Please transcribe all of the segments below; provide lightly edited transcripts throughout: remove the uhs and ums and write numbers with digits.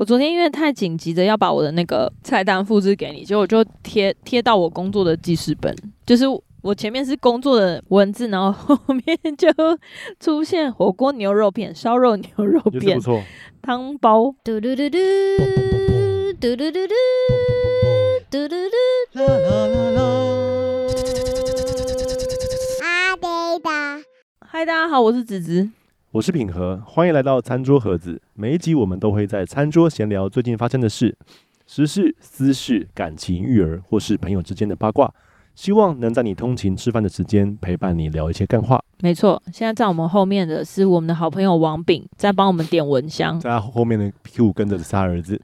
我昨天因为太紧急的要把我的那个菜单复制给你，结果我就贴到我工作的记事本，就是我前面是工作的文字，然后后面就出现火锅牛肉片、烧肉牛肉片、汤包，嘟嘟嘟嘟嘟嘟嘟嘟嘟嘟嘟啦啦啦啦。阿呆的，嗨，大家好，我是子子。 我是品和，欢迎来到餐桌盒子。每一集我们都会在餐桌闲聊最近发生的事、时事、私事、感情、育儿，或是朋友之间的八卦，希望能在你通勤吃饭的时间陪伴你聊一些干话。 没错，现在在我们后面的是我们的好朋友王炳，在帮我们点蚊香， 在他后面的屁股跟着是他儿子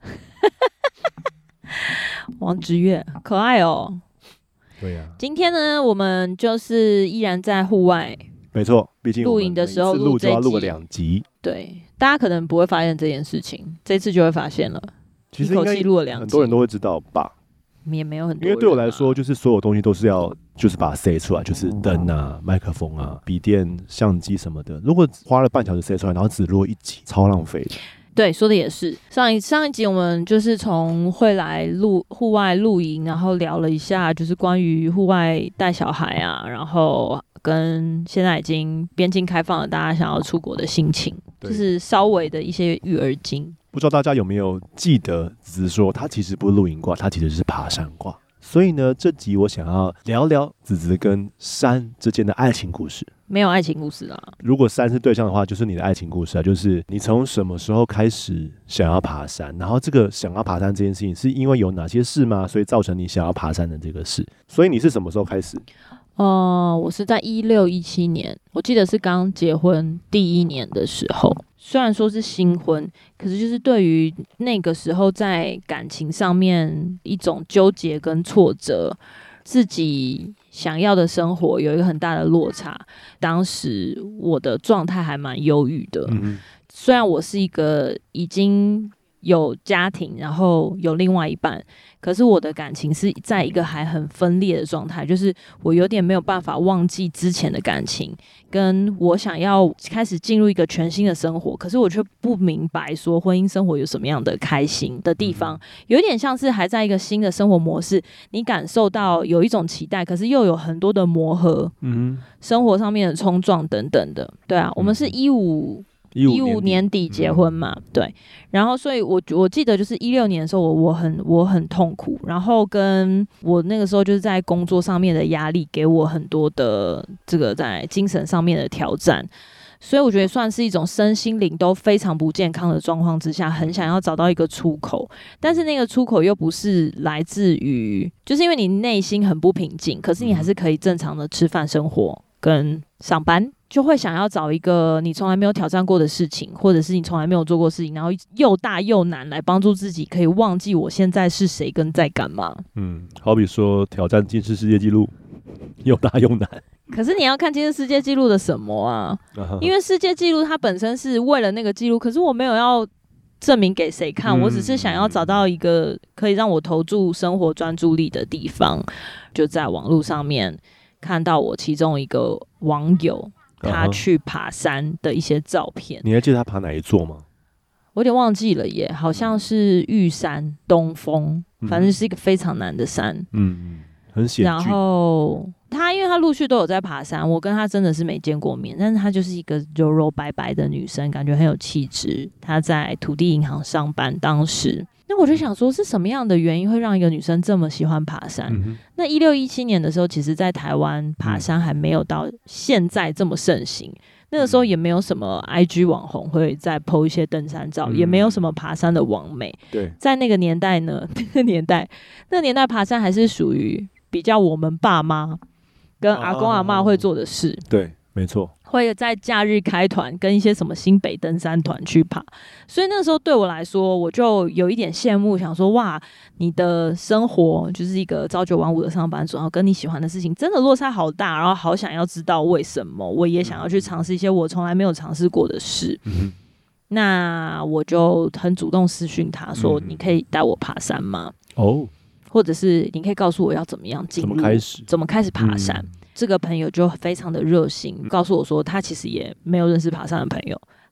王之月，可爱哦。 对呀、 今天呢，我们就是依然在户外。 没错，毕竟录影的时候录就要录个2集。 对，大家可能不会发现这件事情，这次就会发现了。 其实应该很多人都会知道吧？ 也没有很多人， 因为对我来说，就是所有东西都是要就是把它塞出来，就是灯啊、麦克风啊、笔电、相机什么的。如果花了半小时塞出来，然后只录1集，超浪费的。 对，说的也是。上一集我们就是从会来户外露营，然后聊了一下，就是关于户外带小孩啊，然后跟现在已经边境开放了，大家想要出国的心情，就是稍微的一些育儿经。 不知道大家有没有记得，只是说他其实不是露营卦，他其实是爬山卦。所以呢，这集我想要聊聊子子跟山之间的爱情故事。 没有爱情故事啦。 如果山是对象的话，就是你的爱情故事啊，就是你从什么时候开始想要爬山，然后这个想要爬山这件事情是因为有哪些事吗？所以造成你想要爬山的这个事。所以你是什么时候开始？ 我是在16、17年，我记得是刚结婚第1年的时候。虽然说是新婚，可是就是对于那个时候在感情上面一种纠结跟挫折，自己想要的生活有一个很大的落差。当时我的状态还蛮忧郁的，虽然我是一个已经有家庭，然后有另外一半，可是我的感情是在一个还很分裂的状态，就是我有点没有办法忘记之前的感情，跟我想要开始进入一个全新的生活，可是我却不明白说婚姻生活有什么样的开心的地方，有点像是还在一个新的生活模式，你感受到有一种期待，可是又有很多的磨合，生活上面的冲撞等等的。对啊，我们是15年底结婚嘛，对，然后所以我记得就是16年的时候我很痛苦，然后跟我那个时候就是在工作上面的压力给我很多的这个在精神上面的挑战，所以我觉得算是一种身心灵都非常不健康的状况之下，很想要找到一个出口，但是那个出口又不是来自于，就是因为你内心很不平静，可是你还是可以正常的吃饭生活跟上班，就会想要找一个你从来没有挑战过的事情，或者是你从来没有做过的事情，然后又大又难，来帮助自己可以忘记我现在是谁跟在干嘛。 好比说挑战吉尼斯世界纪录，又大又难。 可是你要看吉尼斯世界纪录的什么啊？因为世界纪录它本身是为了那个纪录，可是我没有要证明给谁看，我只是想要找到一个可以让我投注生活专注力的地方。就在网络上面看到我其中一个网友他去爬山的一些照片。 你还记得他爬哪一座吗？ 我有点忘记了耶，好像是玉山东峰，反正是一个非常难的山。很险峻。然后他因为他陆续都有在爬山，我跟他真的是没见过面，但是他就是一个柔柔白白的女生，感觉很有气质。他在土地银行上班，当时那我就想说是什么样的原因会让一个女生这么喜欢爬山。那16、17年的时候，其实在台湾爬山还没有到现在这么盛行，那个时候也没有什么 IG 网红会再 po 一些登山照，也没有什么爬山的网美。 对， 在那个年代呢，那个年代爬山还是属于比较我们爸妈跟阿公阿嬷会做的事。 对，没错， 会在假日开团，跟一些什么新北登山团去爬。所以那时候对我来说，我就有一点羡慕，想说哇，你的生活就是一个朝9晚5的上班族，然后跟你喜欢的事情真的落差好大，然后好想要知道为什么，我也想要去尝试一些我从来没有尝试过的事。那我就很主动私讯他说，你可以带我爬山吗？或者是你可以告诉我要怎么样进入，怎么开始爬山。这个朋友就非常的热心，告诉我说他其实也没有认识爬山的朋友，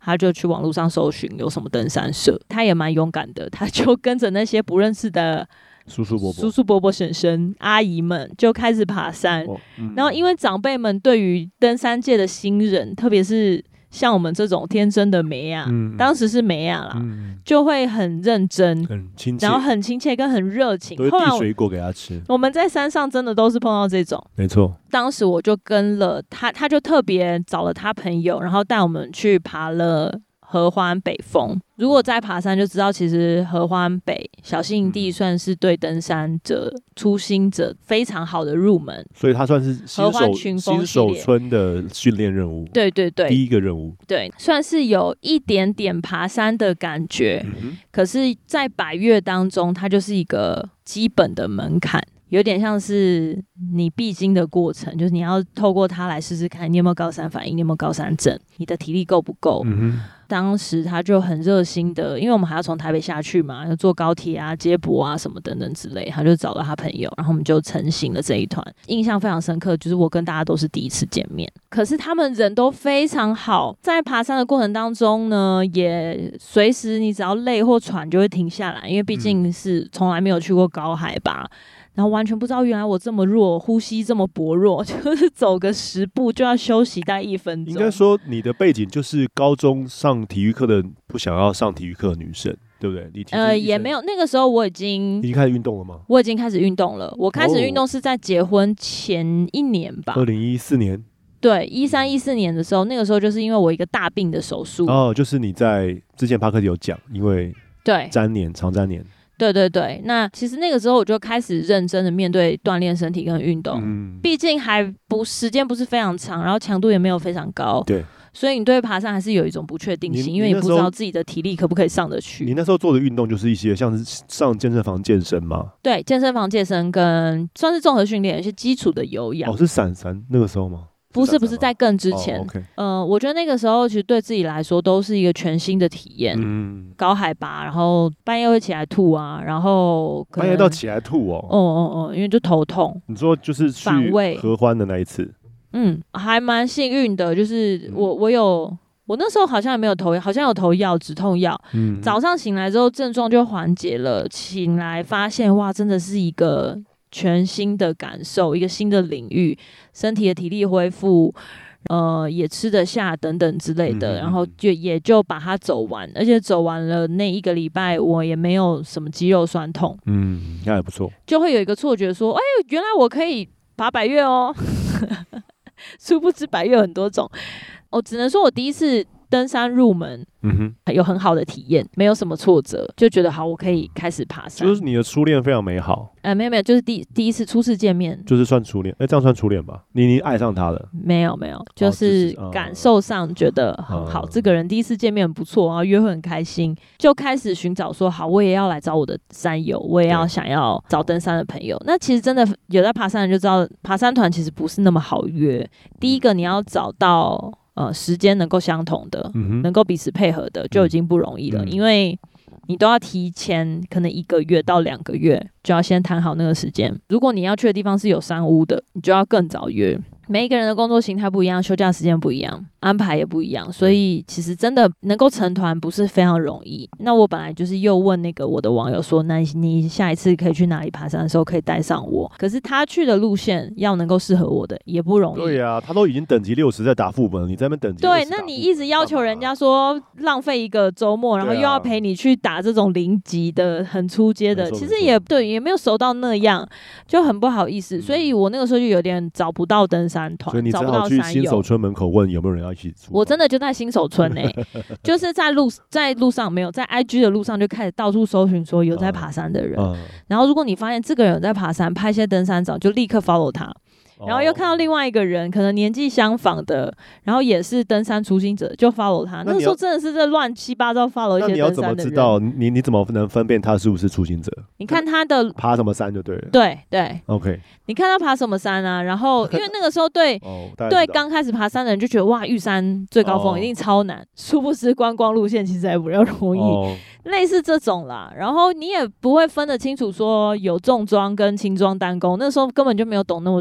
他就去网络上搜寻有什么登山社，他也蛮勇敢的，他就跟着那些不认识的叔叔伯伯婶婶阿姨们就开始爬山，然后因为长辈们对于登山界的新人，特别是像我们这种天真的梅亚，当时是梅亚啦，就会很认真， 很亲切， 然后很亲切跟很热情， 都会递水果给他吃。 我们在山上真的都是碰到这种， 没错。 当时我就跟了他，他就特别找了他朋友，然后带我们去爬了合欢北峰。如果在爬山就知道，其实合欢北小溪营地算是对登山者、初心者非常好的入门， 所以它算是新手村的训练任务。 对对对， 第一个任务， 对，算是有一点点爬山的感觉。可是，在百岳当中，它就是一个基本的门槛。有点像是你必经的过程，就是你要透过它来试试看，你有没有高山反应，你有没有高山症，你的体力够不够。当时他就很热心的，因为我们还要从台北下去嘛，要坐高铁啊、接驳啊什么等等之类，他就找了他朋友，然后我们就成型了这一团。印象非常深刻，就是我跟大家都是第一次见面，可是他们人都非常好，在爬山的过程当中呢，也随时你只要累或喘就会停下来，因为毕竟是从来没有去过高海拔。然后完全不知道原来我这么弱，呼吸这么薄弱，就是走个10步就要休息大概1分钟。 应该说你的背景就是高中上体育课的不想要上体育课的女生，对不对？ 也没有，那个时候我已经开始运动了吗？ 我已经开始运动了。我开始运动是在结婚前1年吧 ，2014年。 对，13、14年的时候，那个时候就是因为我一个大病的手术。 就是你在之前Podcast有讲，因为肠粘连。 对对对，那其实那个时候我就开始认真的面对锻炼身体跟运动，毕竟时间不是非常长，然后强度也没有非常高， 对， 所以你对爬山还是有一种不确定性，因为你不知道自己的体力可不可以上得去。 你那时候做的运动就是一些像是上健身房健身吗？ 对，健身房健身跟算是综合训练，有些基础的有氧。 是散山那个时候吗？ 不是在更之前。我觉得那个时候其实对自己来说都是一个全新的体验。高海拔，然后半夜会起来吐啊，然后半夜到起来吐哦。 因为就头痛。 你说就是去合欢的那一次？ 还蛮幸运的，就是我那时候好像也没有投药，好像有投药止痛药。早上醒来之后症状就缓解了，醒来发现哇，真的是一个全新的感受，一个新的领域，身体的体力恢复，也吃得下等等之类的，然后也就把它走完，而且走完了那1个礼拜，我也没有什么肌肉酸痛， 那还不错， 就会有一个错觉说，原来我可以爬百岳哦，殊不知百岳很多种，我只能说我第一次登山入门，有很好的体验，没有什么挫折，就觉得好，我可以开始爬山。 就是你的初恋非常美好。 没有，就是第一次初次见面， 就是算初恋。这样算初恋吧？你爱上他了？ 没有，就是感受上觉得好，这个人第一次见面很不错，然后约会很开心，就开始寻找说好，我也要来找我的山友，我也要想要找登山的朋友。那其实真的有在爬山的人就知道，爬山团其实不是那么好约。第一个你要找到时间能够相同的，能够彼此配合的，就已经不容易了，因为你都要提前可能1个月到2个月就要先谈好那个时间。如果你要去的地方是有山屋的，你就要更早约。每一个人的工作形态不一样，休假时间不一样，安排也不一样，所以其实真的能够成团不是非常容易。那我本来就是又问那个我的网友说，那你下一次可以去哪里爬山的时候可以带上我，可是他去的路线要能够适合我的也不容易。 对啊，他都已经等级60在打副本，你在那边等级60。 对，那你一直要求人家说浪费一个周末，然后又要陪你去打这种0级的很初阶的，其实也对，也没有熟到那样，就很不好意思。所以我那个时候就有点找不到登山团， 所以你只好去新手村门口问有没有人要一起出。 我真的就在新手村就是在路上没有，在 IG 的路上就开始到处搜寻说有在爬山的人，然后如果你发现这个人有在爬山，拍一些登山照，就立刻 follow 他。然后又看到另外一个人，可能年纪相仿的，然后也是登山初心者，就 follow 他。那时候真的是在乱七八糟 follow 一些登山的人。那你要怎么知道？你怎么能分辨他是不是初心者？ 你看他的爬什么山就对了。 对 ，OK。 你看他爬什么山啊？然后因为那个时候对刚开始爬山的人就觉得哇，玉山最高峰一定超难，殊不知观光路线其实还比较容易。类似这种啦，然后你也不会分得清楚说有重装跟轻装单攻，那时候根本就没有懂那么多，就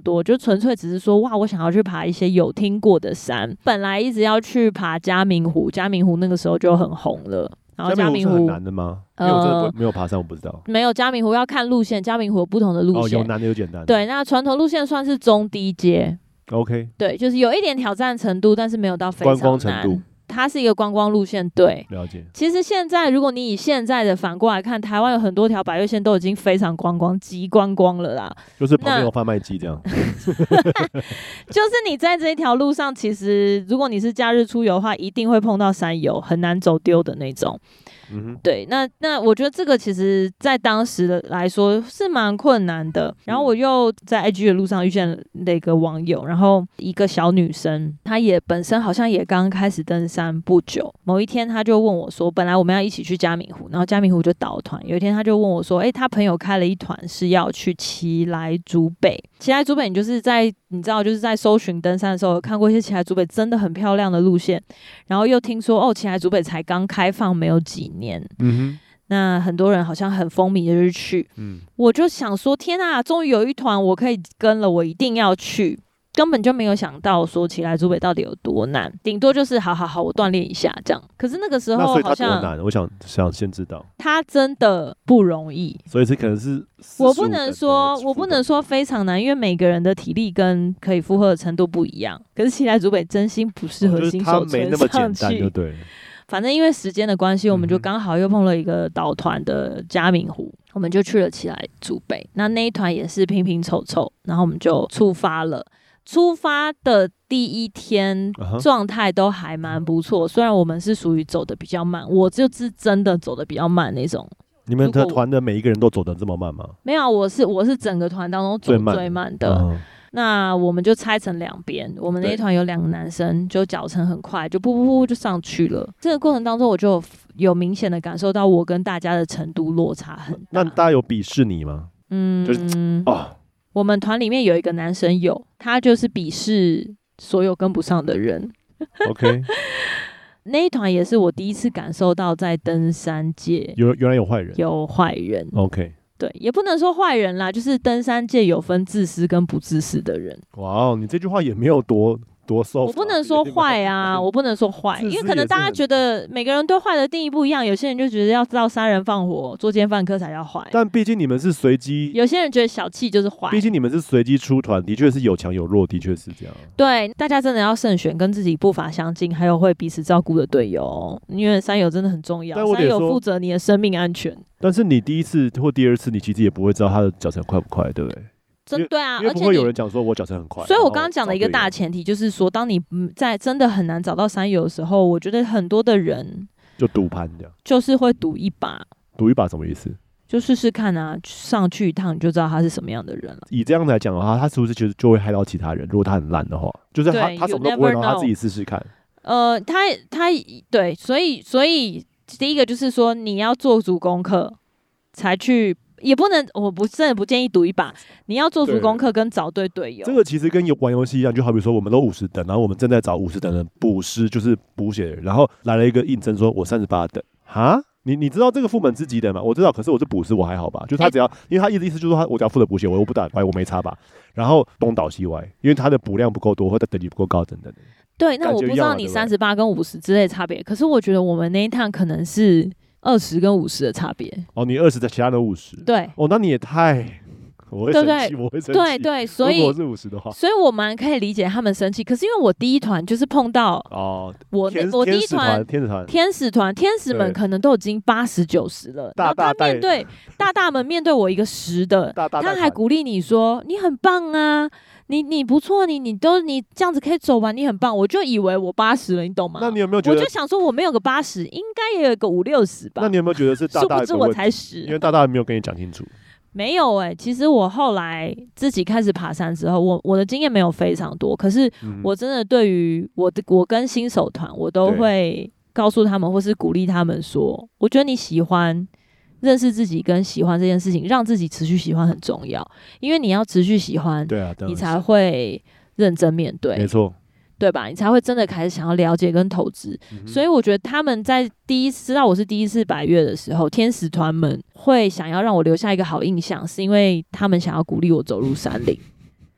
纯粹只是说哇，我想要去爬一些有听过的山。本来一直要去爬嘉明湖，嘉明湖那个时候就很红了。然后嘉明湖是很难的吗？因为我真的没有爬山，我不知道。 没有，嘉明湖要看路线，嘉明湖有不同的路线， 有难的有简单的。 对，那传统路线算是中低阶。 OK， 对，就是有一点挑战程度，但是没有到非常难。 观光程度， 它是一个观光路线，对， 了解。 其实现在，如果你以现在的反过来看，台湾有很多条百岳线都已经非常观光、极观光了啦。 就是旁边有贩卖机这样。 就是你在这一条路上，其实如果你是假日出游的话，一定会碰到山友，很难走丢的那种。对，那我觉得这个其实在当时的来说是蛮困难的。然后我又在 IG 的路上遇见了一个网友，然后一个小女生，她也本身好像也刚开始登山不久。某一天她就问我说，本来我们要一起去嘉明湖，然后嘉明湖就导团。有一天她就问我说，她朋友开了一团是要去奇来竹北。奇来竹北，你就是你知道，就是在搜寻登山的时候有看过一些奇来竹北真的很漂亮的路线，然后又听说奇来竹北才刚开放没有几年。那很多人好像很风靡的就是去，我就想说天啊，终于有一团我可以跟了，我一定要去。根本就没有想到说奇来竹北到底有多难，顶多就是好我锻炼一下这样。可是那个时候好像， 那所以它多难？我想先知道。 它真的不容易， 所以这可能是我不能说非常难，因为每个人的体力跟可以负荷的程度不一样。可是奇来竹北真心不适合新手村上去， 就是它没那么简单就对了。 反正因为时间的关系，我们就刚好又碰了一个导团的嘉明湖，我们就去了奇来竹北。那一团也是拼拼凑凑，然后我们就出发了。出发的第一天状态都还蛮不错，虽然我们是属于走的比较慢，我就是真的走的比较慢那种。 你们的团的每一个人都走得这么慢吗？ 没有，我是整个团当中走最慢的。那我们就拆成两边，我们那一团有2个男生，就脚程很快，就噗就上去了。这个过程当中，我就有明显的感受到我跟大家的程度落差很大。 那大家有鄙视你吗？ 我们团里面有一个男生他就是鄙视所有跟不上的人。 OK， 那一团也是我第一次感受到在登山界原来有坏人， 有坏人。 OK， 对，也不能说坏人啦，就是登山界有分自私跟不自私的人。 哇，你这句话也没有多soft， 我不能说坏啊，我不能说坏，因为可能大家觉得每个人对坏的定义不一样，有些人就觉得要到杀人放火、作奸犯科才叫坏。 但毕竟你们是随机， 有些人觉得小气就是坏。 毕竟你们是随机出团，的确是有强有弱，的确是这样。 对，大家真的要慎选跟自己步伐相近，还有会彼此照顾的队友，因为山友真的很重要，山友负责你的生命安全。 但是你第一次或第二次，你其实也不会知道他的脚程快不快，对不对？ 对啊， 因为不会有人讲说我脚程很快。 所以我刚刚讲的一个大前提就是说，当你在真的很难找到山友的时候，我觉得很多的人就赌盘这样， 就是会赌一把。 赌一把什么意思？ 就试试看啊，上去一趟你就知道他是什么样的人了。 以这样来讲的话，他是不是其实就会害到其他人？如果他很烂的话，就是他什么都不会，然后他自己试试看。 他对，所以第一个就是说你要做足功课才去。也不能，我真的不建议赌一把。你要做足功课跟找对队友。 这个其实跟玩游戏一样，就好比说我们都50等，然后我们正在找50等的补师，就是补血的人，然后来了一个应征说我38等，哈？你知道这个副本是几等吗？我知道，可是我是补师，我还好吧？就他只要，因为他意思就是说我只要负责补血，我又不打怪，我没差吧？然后东倒西歪，因为他的补量不够多，或者等级不够高等等的。 对，那我不知道你38跟50之类的差别，可是我觉得我们那一趟可能是20跟50的差别。 你20的，其他的50。 对。 那你也太，我会生气，我会生气。 对，所以如果是50的话， 所以我蛮可以理解他们生气。可是因为我第一团就是碰到我第一团天使们可能都已经80、90了，然后他面对大们面对我一个10的，他还鼓励你说你很棒啊。你不错，你这样子可以走完，你很棒。我就以为我80了，你懂吗？ 那你有没有觉得？ 我就想说我没有个80，应该也有个50-60吧。 那你有没有觉得是大大的问题？ 殊不知我才10， 因为大没有跟你讲清楚。 没有其实我后来自己开始爬山之后，我的经验没有非常多，可是我真的对于我跟新手团，我都会告诉他们或是鼓励他们说，我觉得你喜欢。认识自己跟喜欢这件事情，让自己持续喜欢很重要，因为你要持续喜欢，你才会认真面对， 没错， 对吧？你才会真的开始想要了解跟投资。所以我觉得他们在第一次知道我是第一次百岳的时候，天使团们会想要让我留下一个好印象，是因为他们想要鼓励我走入山林。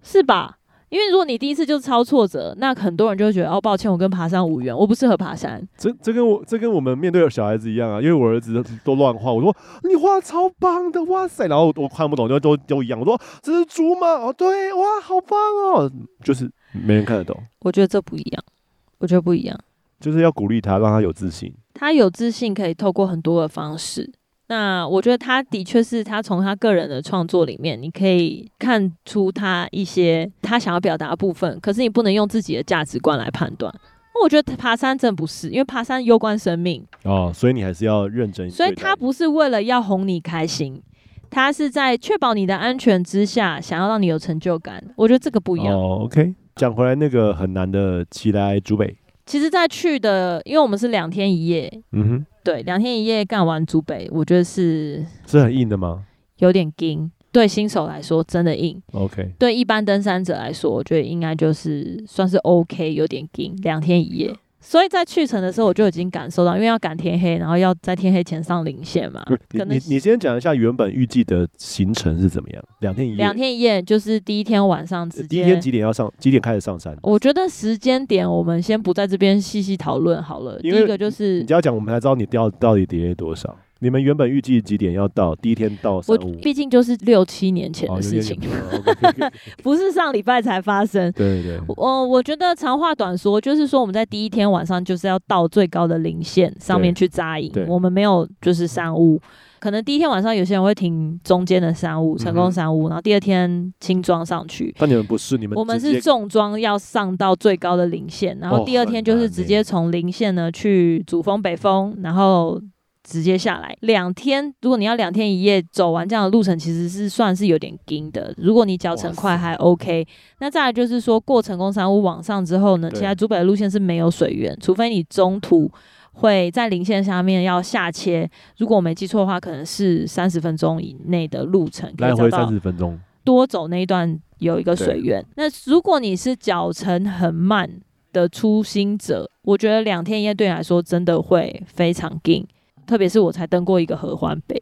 是吧？因为如果你第一次就超挫折，那很多人就会觉得抱歉，我跟爬山无缘，我不适合爬山。 这跟我们面对的小孩子一样啊，因为我儿子都乱画，我说你画超棒的，哇塞，然后我看不懂就都一样，我说这是猪吗？哦，对，哇，好棒哦，就是没人看得懂。 我觉得这不一样，我觉得不一样， 就是要鼓励他，让他有自信。 他有自信可以透过很多的方式。那我觉得他的确是他从他个人的创作里面，你可以看出他一些他想要表达的部分，可是你不能用自己的价值观来判断。我觉得爬山真不是，因为爬山攸关生命哦，所以你还是要认真。 所以他不是为了要哄你开心，他是在确保你的安全之下，想要让你有成就感。我觉得这个不一样。 哦 ，OK。讲回来，那个很难的奇来竹北， 其实在去的，因为我们是2天1夜，对，2天1夜干完竹北，我觉得是很硬的吗？ 有点硬，对新手来说真的硬。 OK， 对一般登山者来说，我觉得应该就是算是 OK， 有点硬，2天1夜。所以在去程的时候，我就已经感受到，因为要赶天黑，然后要在天黑前上零线嘛。 你先讲一下原本预计的行程是怎么样？2天1夜。 2天1夜就是第一天晚上直接。 第一天几点开始上山？ 我觉得时间点我们先不在这边细细讨论好了。第一个就是你只要讲，我们才知道你到底 delay 多少。你们原本预计几点要到？第一天到山屋， 毕竟就是6、7年前的事情，不是上礼拜才发生。 对对， 我觉得长话短说，就是说我们在第一天晚上就是要到最高的零线上面去扎营，我们没有就是山屋。可能第一天晚上有些人会停中间的山屋，成功山屋，然后第二天轻装上去。 但你们不是， 我们是重装要上到最高的零线，然后第二天就是直接从零线呢去主峰、北峰，然后直接下来2天，如果你要2天1夜走完这样的路程，其实是算是有点硬的。如果你脚程快还 OK， 那再来就是说过成功山屋往上之后呢，其他竹北的路线是没有水源，除非你中途会在零线下面要下切。如果我没记错的话，可能是30分钟以内的路程， 来回30分钟， 多走那一段有一个水源。那如果你是脚程很慢的初心者，我觉得2天1夜对你来说真的会非常硬。特别是我才登过一个合欢北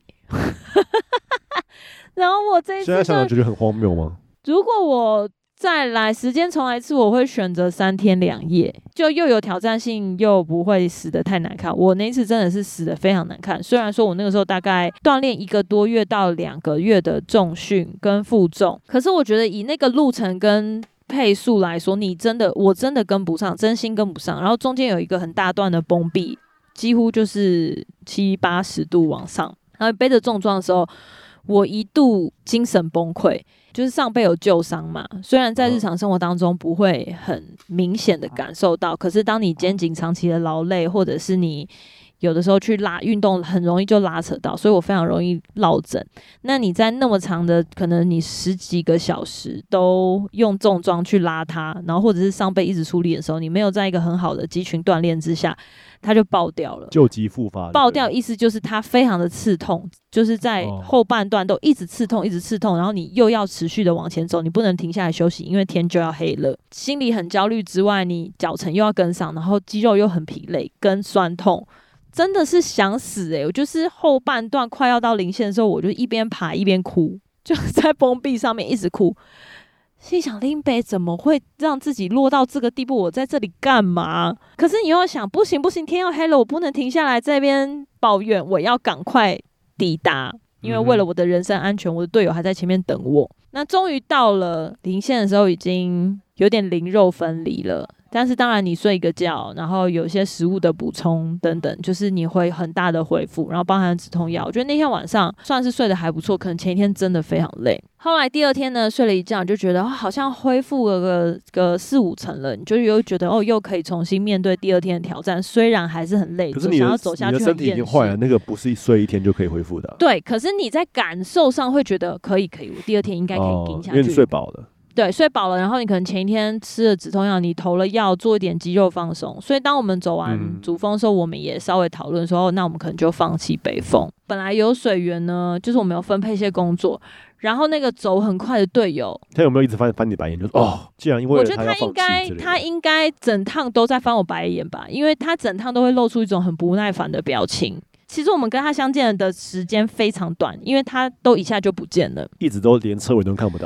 然后我这一次现在想想觉得很荒谬吗？ 如果我再来时间重来一次，我会选择3天2夜，就又有挑战性又不会死得太难看。我那一次真的是死得非常难看，虽然说我那个时候大概锻炼1个多月到2个月的重训跟负重，可是我觉得以那个路程跟配速来说，我真的跟不上，真心跟不上。然后中间有一个很大段的崩壁，几乎就是70、80度往上，然后背着重装的时候，我一度精神崩溃，就是上背有旧伤嘛。虽然在日常生活当中不会很明显的感受到，可是当你肩颈长期的劳累，或者是你有的时候去运动很容易就拉扯到，所以我非常容易落枕。那你在那么长的可能你10几个小时都用重装去拉它，然后或者是上背一直出力的时候，你没有在一个很好的肌群锻炼之下，它就爆掉了。 旧疾复发， 爆掉意思就是它非常的刺痛，就是在后半段都一直刺痛一直刺痛，然后你又要持续的往前走，你不能停下来休息，因为天就要黑了。心里很焦虑之外，你脚程又要跟上，然后肌肉又很疲累跟酸痛，真的是想死我就是后半段快要到零线的时候，我就一边爬一边哭，就在崩壁上面一直哭，心想林北怎么会让自己落到这个地步，我在这里干嘛？可是你又要想不行，天要黑了，我不能停下来这边抱怨，我要赶快抵达，因为为了我的人身安全，我的队友还在前面等我。那终于到了零线的时候，已经有点灵肉分离了，但是当然你睡一个觉，然后有些食物的补充等等，就是你会很大的恢复，然后包含止痛药。我觉得那天晚上算是睡得还不错，可能前一天真的非常累。后来第二天呢，睡了一觉就觉得好像恢复了个4、5成了，你就又觉得又可以重新面对第二天的挑战，虽然还是很累， 可是你想要走下去很厌世， 你的身体已经坏了，那个不是睡1天就可以恢复的对，可是你在感受上会觉得可以，我第二天应该可以顶下去， 因为你睡饱了。 对，睡饱了，然后你可能前一天吃了止痛药，你投了药，做一点肌肉放松，所以当我们走完主峰的时候，我们也稍微讨论说，那我们可能就放弃北峰。本来有水源呢，就是我们有分配一些工作，然后那个走很快的队友， 他有没有一直翻你白眼？就是既然因为我觉得他应该整趟都在翻我白眼吧，因为他整趟都会露出一种很不耐烦的表情。其实我们跟他相见的时间非常短，因为他都一下就不见了， 一直都连车尾都看不到。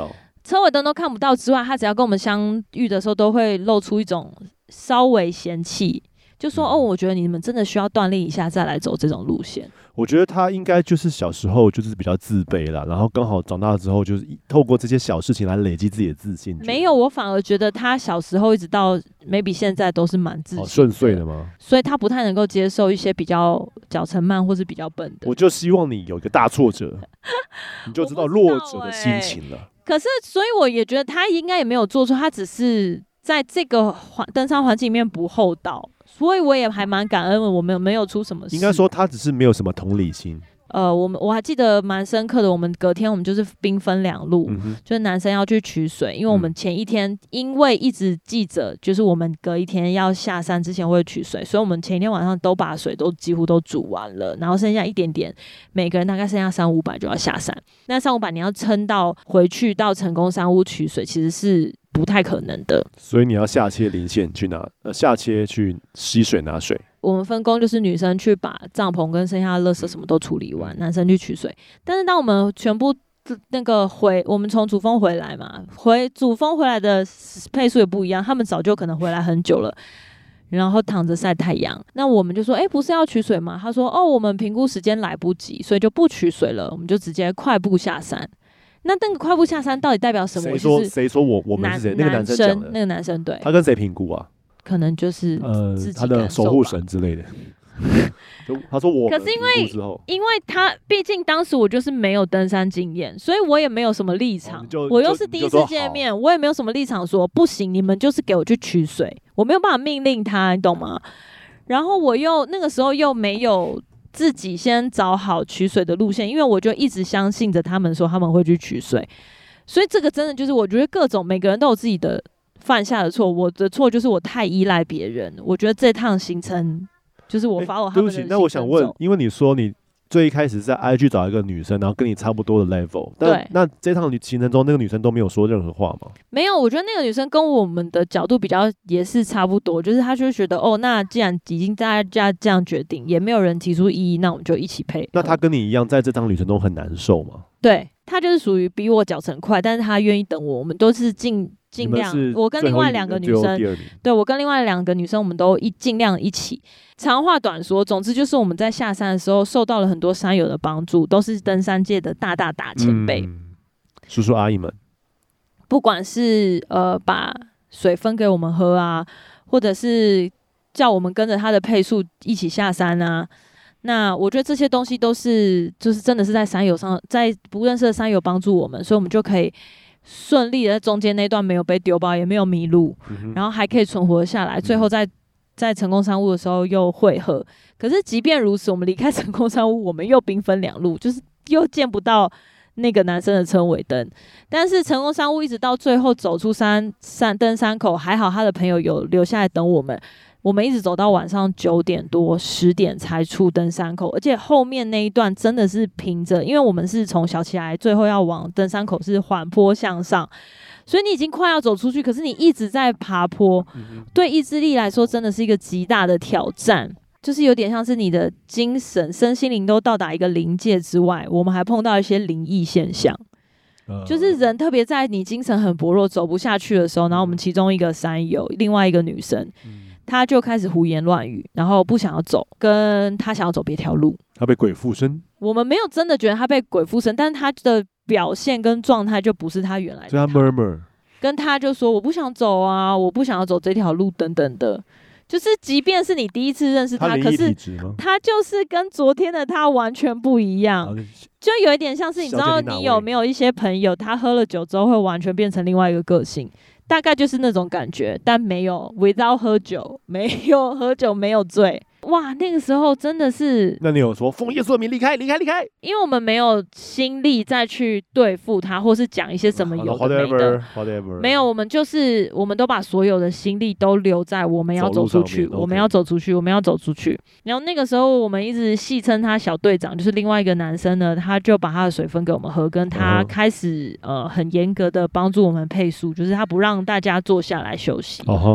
车尾灯都看不到之外，他只要跟我们相遇的时候，都会露出一种稍微嫌弃，就说：“哦，我觉得你们真的需要锻炼一下，再来走这种路线。” 我觉得他应该就是小时候就是比较自卑啦，然后刚好长大之后就是透过这些小事情来累积自己的自信。 没有，我反而觉得他小时候一直到 maybe 现在都是蛮自信的， 顺遂的吗？ 所以他不太能够接受一些比较脚程慢或是比较笨的。 我就希望你有一个大挫折，你就知道弱者的心情了。 可是，所以我也觉得他应该也没有做错，他只是在这个登山环境里面不厚道。所以我也还蛮感恩，我们没有出什么事。 应该说他只是没有什么同理心。 我还记得蛮深刻的，我们隔天我们就是兵分两路，就是男生要去取水，因为我们前一天因为一直记着，就是我们隔一天要下山之前会取水，所以我们前一天晚上都把水都几乎都煮完了，然后剩下一点点，每个人大概剩下300-500就要下山。那300-500你要撑到回去到成功山屋取水，其实是不太可能的， 所以你要下切零线去拿，下切去吸水拿水。 我们分工就是女生去把帐篷跟剩下的垃圾什么都处理完，男生去取水。但是当我们全部那个我们从主峰回来嘛，主峰回来的配速也不一样，他们早就可能回来很久了，然后躺着晒太阳。那我们就说，不是要取水吗？他说，我们评估时间来不及，所以就不取水了，我们就直接快步下山。那个快步下山到底代表什么？ 谁说我们是谁？那个男生讲的。 那个男生对。 他跟谁评估啊？ 可能就是他的守护神之类的。他说我， 可是因为他毕竟当时我就是没有登山经验，所以我也没有什么立场。我又是第一次见面，我也没有什么立场说不行，你们就是给我去取水，我没有办法命令他，你懂吗？然后我又那个时候又没有自己先找好取水的路线，因为我就一直相信着他们说他们会去取水，所以这个真的就是我觉得各种每个人都有自己的犯下的错，我的错就是我太依赖别人。我觉得这趟行程就是我follow他们的行程走。对不起， 那我想问，因为你说你最一开始在 IG 找一个女生，然后跟你差不多的 level， 但那这趟行程中那个女生都没有说任何话吗？ 没有，我觉得那个女生跟我们的角度比较也是差不多，就是她就觉得那既然已经大家这样决定，也没有人提出异议，那我们就一起配合。 那她跟你一样在这趟旅程中很难受吗？ 对，她就是属于比我脚程快，但是她愿意等我，我们都是尽量。我跟另外2个女生，对，我跟另外2个女生，我们都尽量一起。长话短说，总之就是我们在下山的时候受到了很多山友的帮助，都是登山界的大前辈， 叔叔阿姨们， 不管是把水分给我们喝啊，或者是叫我们跟着他的配速一起下山啊。那我觉得这些东西都是就是真的是在山友上，在不认识的山友帮助我们，所以我们就可以顺利的在中间那段没有被丢包，也没有迷路，然后还可以存活下来，最后在成功山屋的时候又会合。可是即便如此，我们离开成功山屋，我们又兵分两路，就是又见不到那个男生的车尾灯。但是成功山屋一直到最后走出登山口，还好他的朋友有留下来等我们。我们一直走到晚上9点多10点才出登山口，而且后面那一段真的是平着，因为我们是从小起来，最后要往登山口是缓坡向上，所以你已经快要走出去，可是你一直在爬坡，对意志力来说真的是一个极大的挑战，就是有点像是你的精神身心灵都到达一个临界之外，我们还碰到一些灵异现象，就是人特别在你精神很薄弱走不下去的时候，然后我们其中一个山友另外一个女生，他就开始胡言乱语，然后不想要走，跟他想要走别条路。 他被鬼附身？我们没有真的觉得他被鬼附身，但是他的表现跟状态就不是他原来的。 所以他 murmur， 跟他就说我不想走啊，我不想要走这条路等等的。就是即便是你第一次认识他，可是他就是跟昨天的他完全不一样，就有一点像是你知道你有没有一些朋友，他喝了酒之后会完全变成另外一个个性。大概就是那种感觉，但没有 without 喝酒，没有喝酒，没有醉。哇，那个时候真的是…… 那你有说奉耶稣的名离开？ 因为我们没有心力再去对付他，或是讲一些什么有的没的。 whatever， 没有，我们都把所有的心力都留在我们要走出去，我们要走出去，我们要走出去。然后那个时候我们一直戏称他小队长，就是另外一个男生呢，他就把他的水分给我们喝，跟他开始很严格的帮助我们配速，就是他不让大家坐下来休息。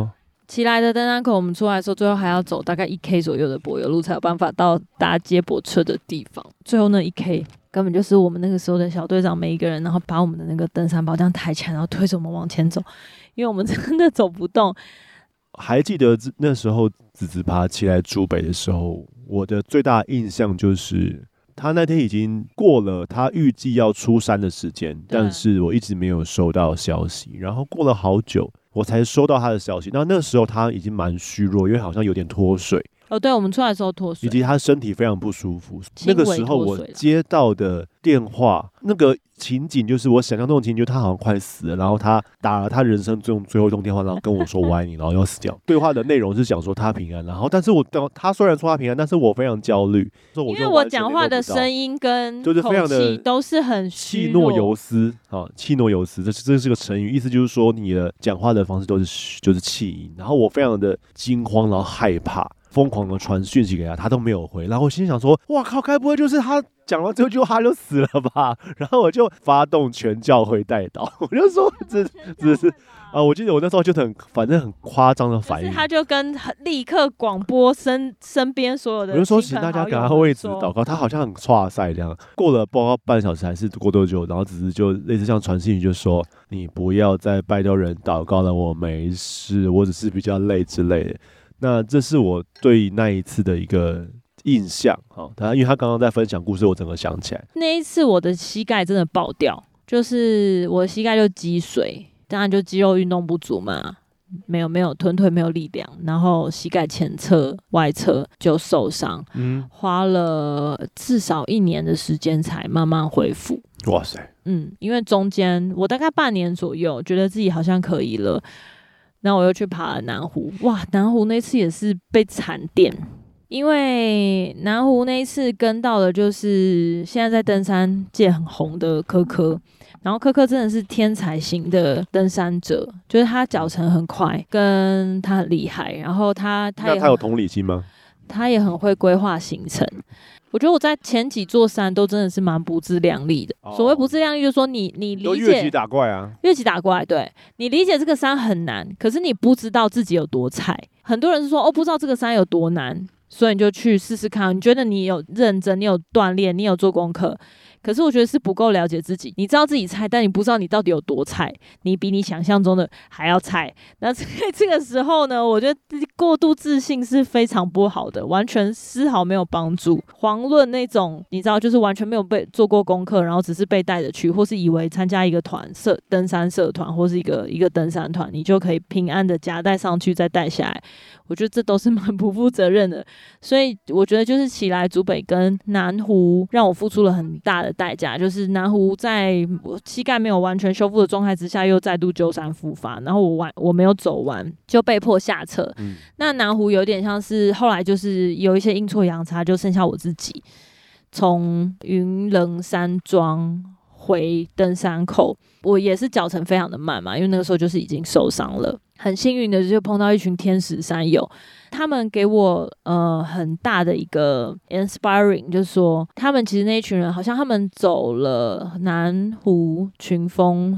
奇来的登山口，我们出来的时候，最后还要走大概1K 左右的柏油路，才有办法到搭接驳车的地方。最后那1K根本就是我们那个时候的小队长每一个人，然后把我们的那个登山包这样抬起来，然后推着我们往前走，因为我们真的走不动。 还记得那时候子子爬起来竹北的时候，我的最大印象就是他那天已经过了他预计要出山的时间，但是我一直没有收到消息，然后过了好久我才收到他的消息。那时候他已经蛮虚弱，因为好像有点脱水。 对，我们出来的时候脱水， 以及他身体非常不舒服。那个时候我接到的电话，那个情景就是我想象中的情景，就是他好像快死了，然后他打了他人生最后一通电话，然后跟我说我爱你，然后要死掉。对话的内容是讲说他平安，然后但是他虽然说他平安，但是我非常焦虑， 因为我讲话的声音跟就是非常的都是很气若游丝啊，气若游丝，这是个成语，意思就是说你的讲话的方式都是就是气音，然后我非常的惊慌，然后害怕。疯狂的传讯息给他，他都没有回。然后我心想说：“哇靠，该不会就是他讲完这句话他就死了吧？”然后我就发动全教会代祷，我就说：“这是啊！”我记得我那时候就反正很夸张的反应。 他就跟立刻广播身边所有的， 我就说请大家赶快为子祷告。他好像很挫赛这样。过了不知道半小时还是过多久，然后只是就类似像传信语就说：“你不要再拜托人祷告了，我没事，我只是比较累之类的。”那这是我对那一次的一个印象，因为他刚刚在分享故事，我整个想起来， 那一次我的膝盖真的爆掉，就是我的膝盖就积水，当然就肌肉运动不足嘛，没有臀腿没有力量，然后膝盖前侧、外侧就受伤，花了至少1年的时间才慢慢恢复。 哇塞， 因为中间我大概半年左右，觉得自己好像可以了。然后我又去爬了南湖，哇，南湖那次也是被惨电，因为南湖那一次跟到的就是现在在登山界很红的柯柯，然后柯柯真的是天才型的登山者，就是他脚程很快，跟他很厉害，然后他有同理心吗？ 他也很会规划行程。我觉得我在前几座山都真的是蛮不自量力的。所谓不自量力，就是说你理解越级打怪啊， 越级打怪，对，你理解这个山很难，可是你不知道自己有多菜。很多人是说不知道这个山有多难，所以你就去试试看。你觉得你有认真，你有锻炼，你有做功课。可是我觉得是不够了解自己，你知道自己菜，但你不知道你到底有多菜，你比你想象中的还要菜。那在这个时候呢，我觉得过度自信是非常不好的，完全丝毫没有帮助。遑论那种你知道，就是完全没有被做过功课，然后只是被带着去，或是以为参加一个登山社团或是一个登山团，你就可以平安的夹带上去再带下来。我觉得这都是蛮不负责任的。所以我觉得就是奇来、竹北跟南湖让我付出了很大的代价，就是南湖在我膝盖没有完全修复的状态之下，又再度旧伤复发，然后我没有走完，就被迫下撤。那南湖有点像是后来就是有一些阴错阳差，就剩下我自己从云棱山庄回登山口，我也是脚程非常的慢嘛，因为那个时候就是已经受伤了。很幸运的就碰到一群天使山友，他们给我很大的一个 inspiring， 就是说他们其实那一群人好像他们走了南湖群峰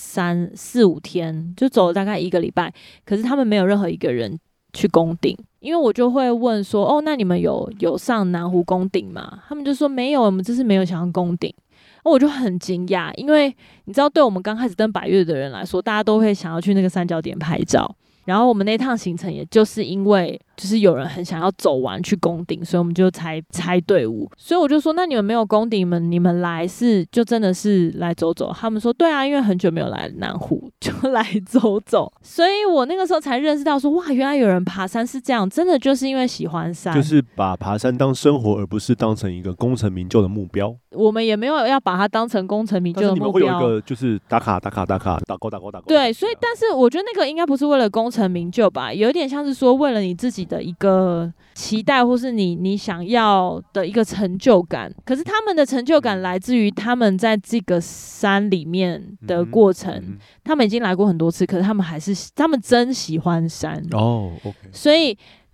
4-5天，就走了大概1个礼拜，可是他们没有任何一个人去攻顶。因为我就会问说那你们有上南湖攻顶吗？他们就说没有，我们这次没有想要攻顶。我就很惊讶，因为你知道，对我们刚开始登百岳的人来说，大家都会想要去那个三角点拍照。然后我们那趟行程，也就是因为就是有人很想要走完去攻顶，所以我们就才拆队伍。所以我就说，那你们没有攻顶，你们来是就真的是来走走？他们说对啊，因为很久没有来南湖，就来走走。所以我那个时候才认识到说，哇，原来有人爬山是这样，真的就是因为喜欢山， 就是把爬山当生活，而不是当成一个功成名就的目标。 我们也没有要把它当成功成名就的目标。 但是你们会有一个就是打卡， 对，所以但是我觉得那个应该不是为了功成名就吧，有一点像是说为了你自己的一个期待，或是你想要的一个成就感。可是他们的成就感来自于他们在这个山里面的过程，他们已经来过很多次，可是他们真喜欢山哦，OK。 所以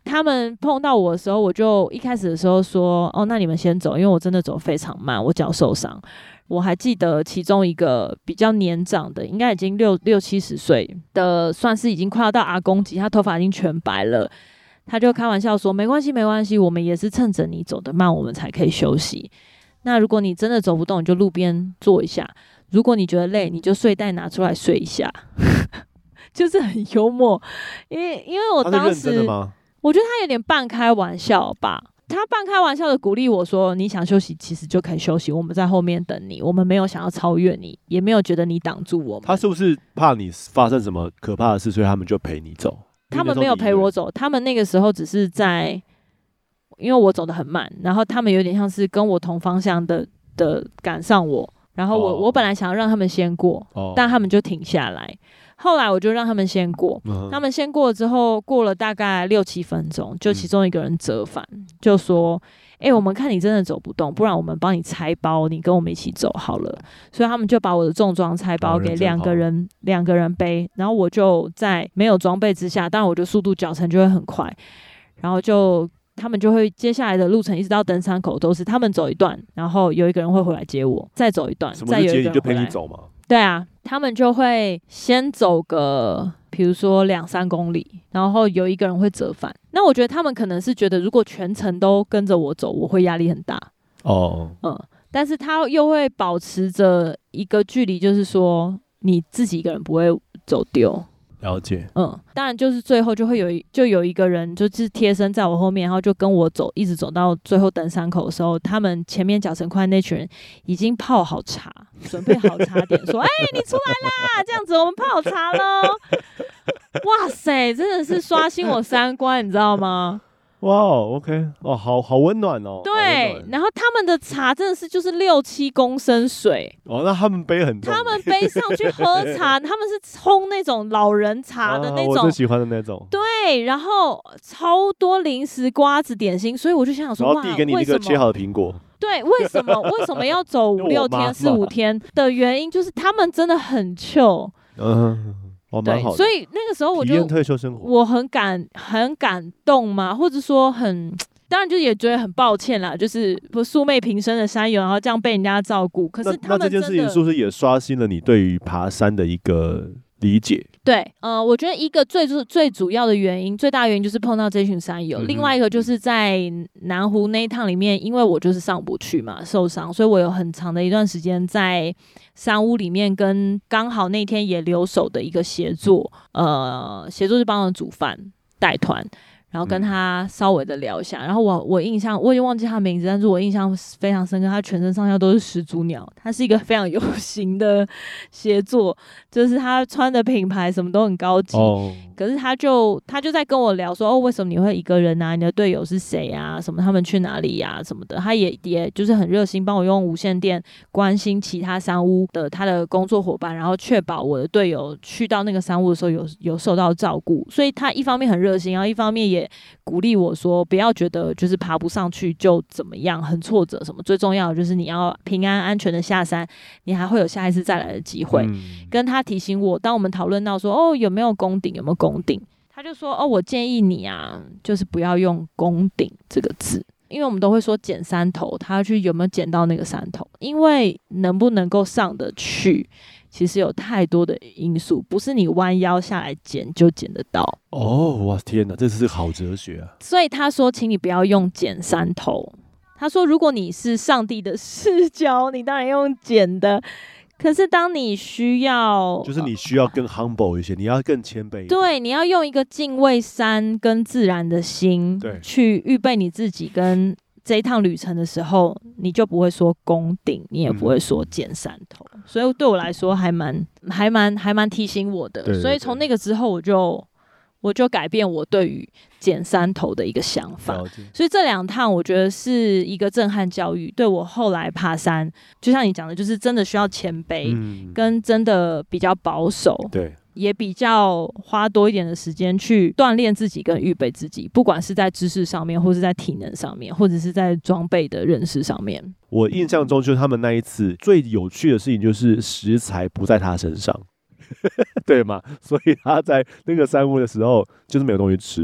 他们碰到我的时候，我就一开始的时候说，哦，那你们先走，因为我真的走非常慢，我脚受伤。我还记得其中一个比较年长的，应该已经六七十岁的，算是已经快要到阿公级，他头发已经全白了。他就开玩笑说，没关系没关系，我们也是趁着你走得慢，我们才可以休息。那如果你真的走不动，你就路边坐一下，如果你觉得累，你就睡袋拿出来睡一下。就是很幽默，因为我当时，我觉得他有点半开玩笑吧。他半开玩笑的鼓励我说：“你想休息，其实就可以休息，我们在后面等你，我们没有想要超越你，也没有觉得你挡住我们。” 他是不是怕你发生什么可怕的事，所以他们就陪你走？ 他们没有陪我走，他们那个时候只是在，因为我走得很慢，然后他们有点像是跟我同方向的赶上我，然后我本来想要让他们先过，但他们就停下来。后来我就让他们先过，他们先过了之后，过了大概6、7分钟，就其中一个人折返，就说：“我们看你真的走不动，不然我们帮你拆包，你跟我们一起走好了。”所以他们就把我的重装拆包给两个人背，然后我就在没有装备之下，当然我就速度脚程就会很快，然后他们就会接下来的路程一直到登山口都是他们走一段，然后有一个人会回来接我，再走一段，再有一个人回来。什么是接你就陪你走吗？ 对啊，他们就会先走个，比如说2、3公里，然后有一个人会折返。那我觉得他们可能是觉得，如果全程都跟着我走，我会压力很大。但是他又会保持着一个距离，就是说你自己一个人不会走丢。 了解。 当然就是最后就有一个人就是贴身在我后面，然后就跟我走，一直走到最后登山口的时候，他们前面脚程快那群人已经泡好茶，准备好茶点，说：“你出来啦，这样子我们泡好茶咯。”哇塞，真的是刷新我3观，你知道吗？ 哇，OK， 好温暖哦。 对，然后他们的茶真的是就是6、7公升水。 那他们背很重。 他们背上去喝茶，他们是冲那种老人茶的那种， 我最喜欢的那种。 对，然后超多零食、瓜子、点心，所以我就想说， 然后递给你那个切好的苹果。 对，为什么要走5、6天、4、5天的原因，就是他们真的很chill。 蛮好的。 所以那个时候我就体验退休生活， 我很感动嘛，或者说当然就也觉得很抱歉啦，就是素昧平生的山友，然后这样被人家照顾。可是他们那这件事情是不是也刷新了你对于爬山的一个理解？ 对，我觉得一个最主要的原因，最大的原因就是碰到这群山友。另外一个就是在南湖那一趟里面，因为我就是上不去嘛，受伤，所以我有很长的一段时间在山屋里面跟刚好那天也留守的一个协作就帮我煮饭带团。然后跟他稍微的聊一下，然后我印象我已经忘记他名字，但是我印象非常深刻，他全身上下都是始祖鸟，他是一个非常有型的协作，就是他穿的品牌什么都很高级。可是他就在跟我聊说，为什么你会一个人啊？你的队友是谁啊？什么他们去哪里啊？什么的，他也就是很热心，帮我用无线电关心其他山屋的他的工作伙伴，然后确保我的队友去到那个山屋的时候有受到照顾。所以他一方面很热心，然后一方面也鼓励我说，不要觉得就是爬不上去就怎么样，很挫折什么。最重要的就是你要平安安全的下山，你还会有下一次再来的机会。跟他提醒我，当我们讨论到说，有没有攻顶，有没有攻顶，他就说，我建议你啊，就是不要用攻顶这个字，因为我们都会说捡山头，他要去有没有捡到那个山头，因为能不能够上得去，其实有太多的因素，不是你弯腰下来捡就捡得到。 哇天哪，这是好哲学啊！ 所以他说，请你不要用捡山头。他说，如果你是上帝的视角，你当然用捡的。可是当你需要， 就是你需要更 humble 一些，你要更谦卑一点。 对，你要用一个敬畏山跟自然的心，去预备你自己跟这一趟旅程的时候，你就不会说攻顶，你也不会说捡山头。所以对我来说还蛮提醒我的。对，所以从那个之后，我就改变我对于捡山头的一个想法。所以这2趟我觉得是一个震撼教育，对我后来爬山，就像你讲的，就是真的需要谦卑，跟真的比较保守，对，也比较花多一点的时间去锻炼自己跟预备自己，不管是在知识上面，或是在体能上面，或者是在装备的认识上面。我印象中，就是他们那一次最有趣的事情，就是食材不在他身上。对嘛？所以他在那个山屋的时候，就是没有东西吃。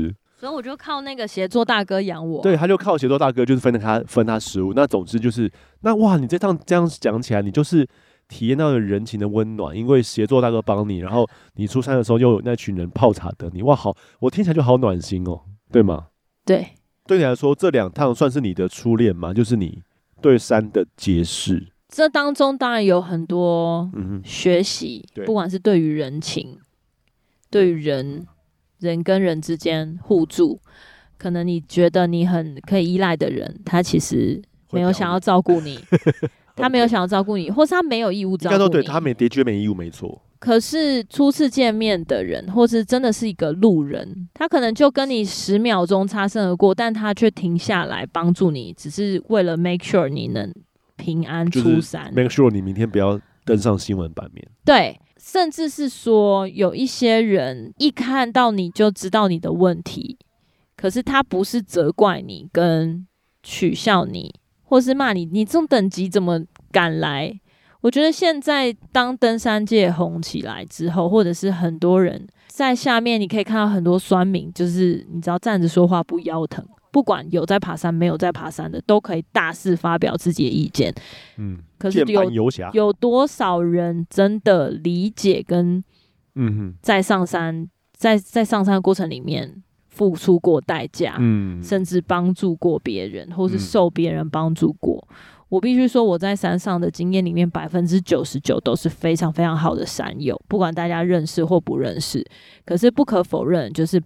所以我就靠那个协作大哥养我。 对，他就靠协作大哥，就是分他食物。那总之就是，那哇，你这样讲起来，你就是体验到了人情的温暖，因为协作大哥帮你，然后你出山的时候又有那群人泡茶等你，哇，好，我听起来就好暖心哦，对吗？ 对， 对你来说，这2趟算是你的初恋吗？就是你对山的结识。 这当中当然有很多学习，不管是对于人情，对于人跟人之间互助，可能你觉得你很可以依赖的人，他其实没有想要照顾你，他没有想要照顾你，或是他没有义务照顾你。应该说对， 他的确没义务，没错。 可是初次见面的人，或是真的是一个路人，他可能就跟你10秒钟擦身而过，但他却停下来帮助你，只是为了 make sure 你能平安出山， 就是 make sure 你明天不要登上新闻版面。 对，甚至是说有一些人一看到你就知道你的问题，可是他不是责怪你跟取笑你，或是骂你，你这种等级怎么敢来？我觉得现在当登山界红起来之后，或者是很多人在下面，你可以看到很多酸民，就是你知道站着说话不腰疼，不管有在爬山没有在爬山的，都可以大肆发表自己的意见。可是有多少人真的理解跟在上山在上山的过程里面付出过代价，甚至帮助过别人，或是受别人帮助过？我必须说，我在山上的经验里面，99%都是非常非常好的山友，不管大家认识或不认识。可是不可否认，就是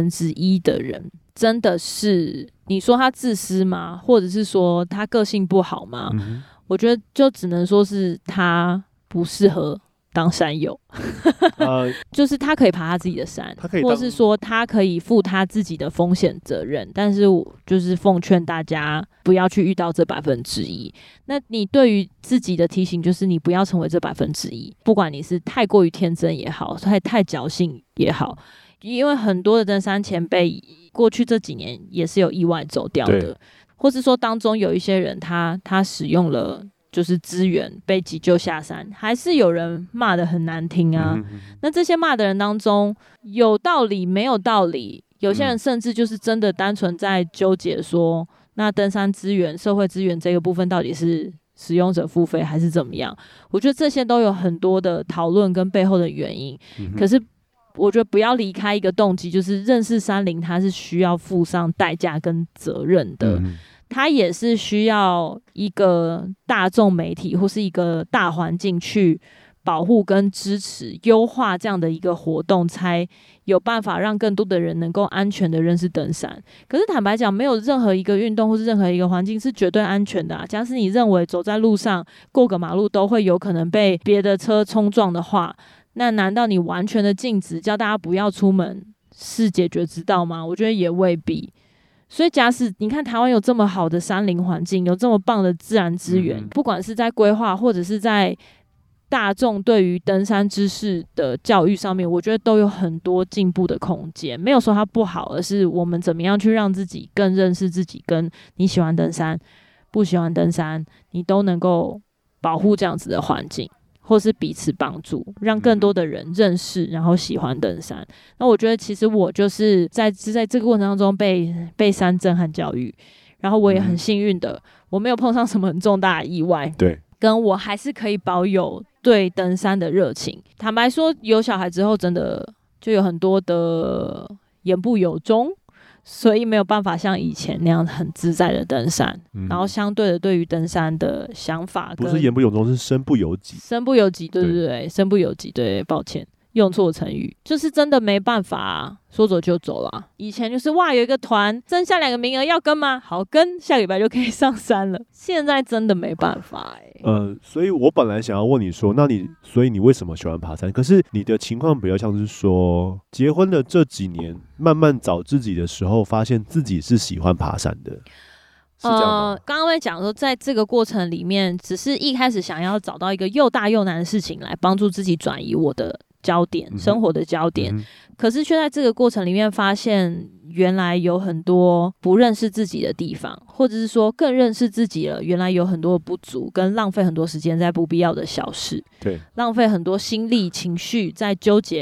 1%的人真的是，你说他自私吗？或者是说他个性不好吗？我觉得就只能说是他不适合当山友。就是他可以爬他自己的山，或是说他可以负他自己的风险责任，但是我就是奉劝大家不要去遇到这1%。那你对于自己的提醒就是你不要成为这1%，不管你是太过于天真也好，太侥幸也好，因为很多的登山前辈过去这几年也是有意外走掉的，或是说当中有一些人他使用了就是资源被急救下山，还是有人骂得很难听啊。那这些骂的人当中，有道理没有道理，有些人甚至就是真的单纯在纠结说，那登山资源、社会资源这个部分到底是使用者付费还是怎么样？我觉得这些都有很多的讨论跟背后的原因。可是我觉得不要离开一个动机，就是认识山林，它是需要付上代价跟责任的。它也是需要一个大众媒体或是一个大环境去保护跟支持优化这样的一个活动，才有办法让更多的人能够安全的认识登山。可是坦白讲，没有任何一个运动或是任何一个环境是绝对安全的假使你认为走在路上过个马路都会有可能被别的车冲撞的话，那难道你完全的禁止叫大家不要出门是解决之道吗？我觉得也未必。所以假使你看台湾有这么好的山林环境，有这么棒的自然资源，不管是在规划或者是在大众对于登山知识的教育上面，我觉得都有很多进步的空间。没有说它不好，而是我们怎么样去让自己更认识自己，跟你喜欢登山不喜欢登山你都能够保护这样子的环境，或是彼此帮助，让更多的人认识然后喜欢登山。那我觉得其实我就是在这个过程当中被山震撼教育，然后我也很幸运的我没有碰上什么很重大的意外，对，跟我还是可以保有对登山的热情。坦白说有小孩之后真的就有很多的言不由衷，所以没有办法像以前那样很自在的登山，然后相对的对于登山的想法不是言不由衷，是身不由己。 身不由己，对对对，身不由己，对，抱歉，用错成语，就是真的没办法说走就走啦。以前就是哇，有一个团剩下2个名额要跟吗？好跟，下礼拜就可以上山了。现在真的没办法所以我本来想要问你说，所以你为什么喜欢爬山？可是你的情况比较像是说，结婚的这几年，慢慢找自己的时候，发现自己是喜欢爬山的。是这样吗？ 刚刚会讲说，在这个过程里面，只是一开始想要找到一个又大又难的事情来帮助自己转移我的焦点，生活的焦点。可是却在这个过程里面发现，原来有很多不认识自己的地方，或者是说更认识自己了，原来有很多的不足，跟浪费很多时间在不必要的小事，对，浪费很多心力情绪在纠结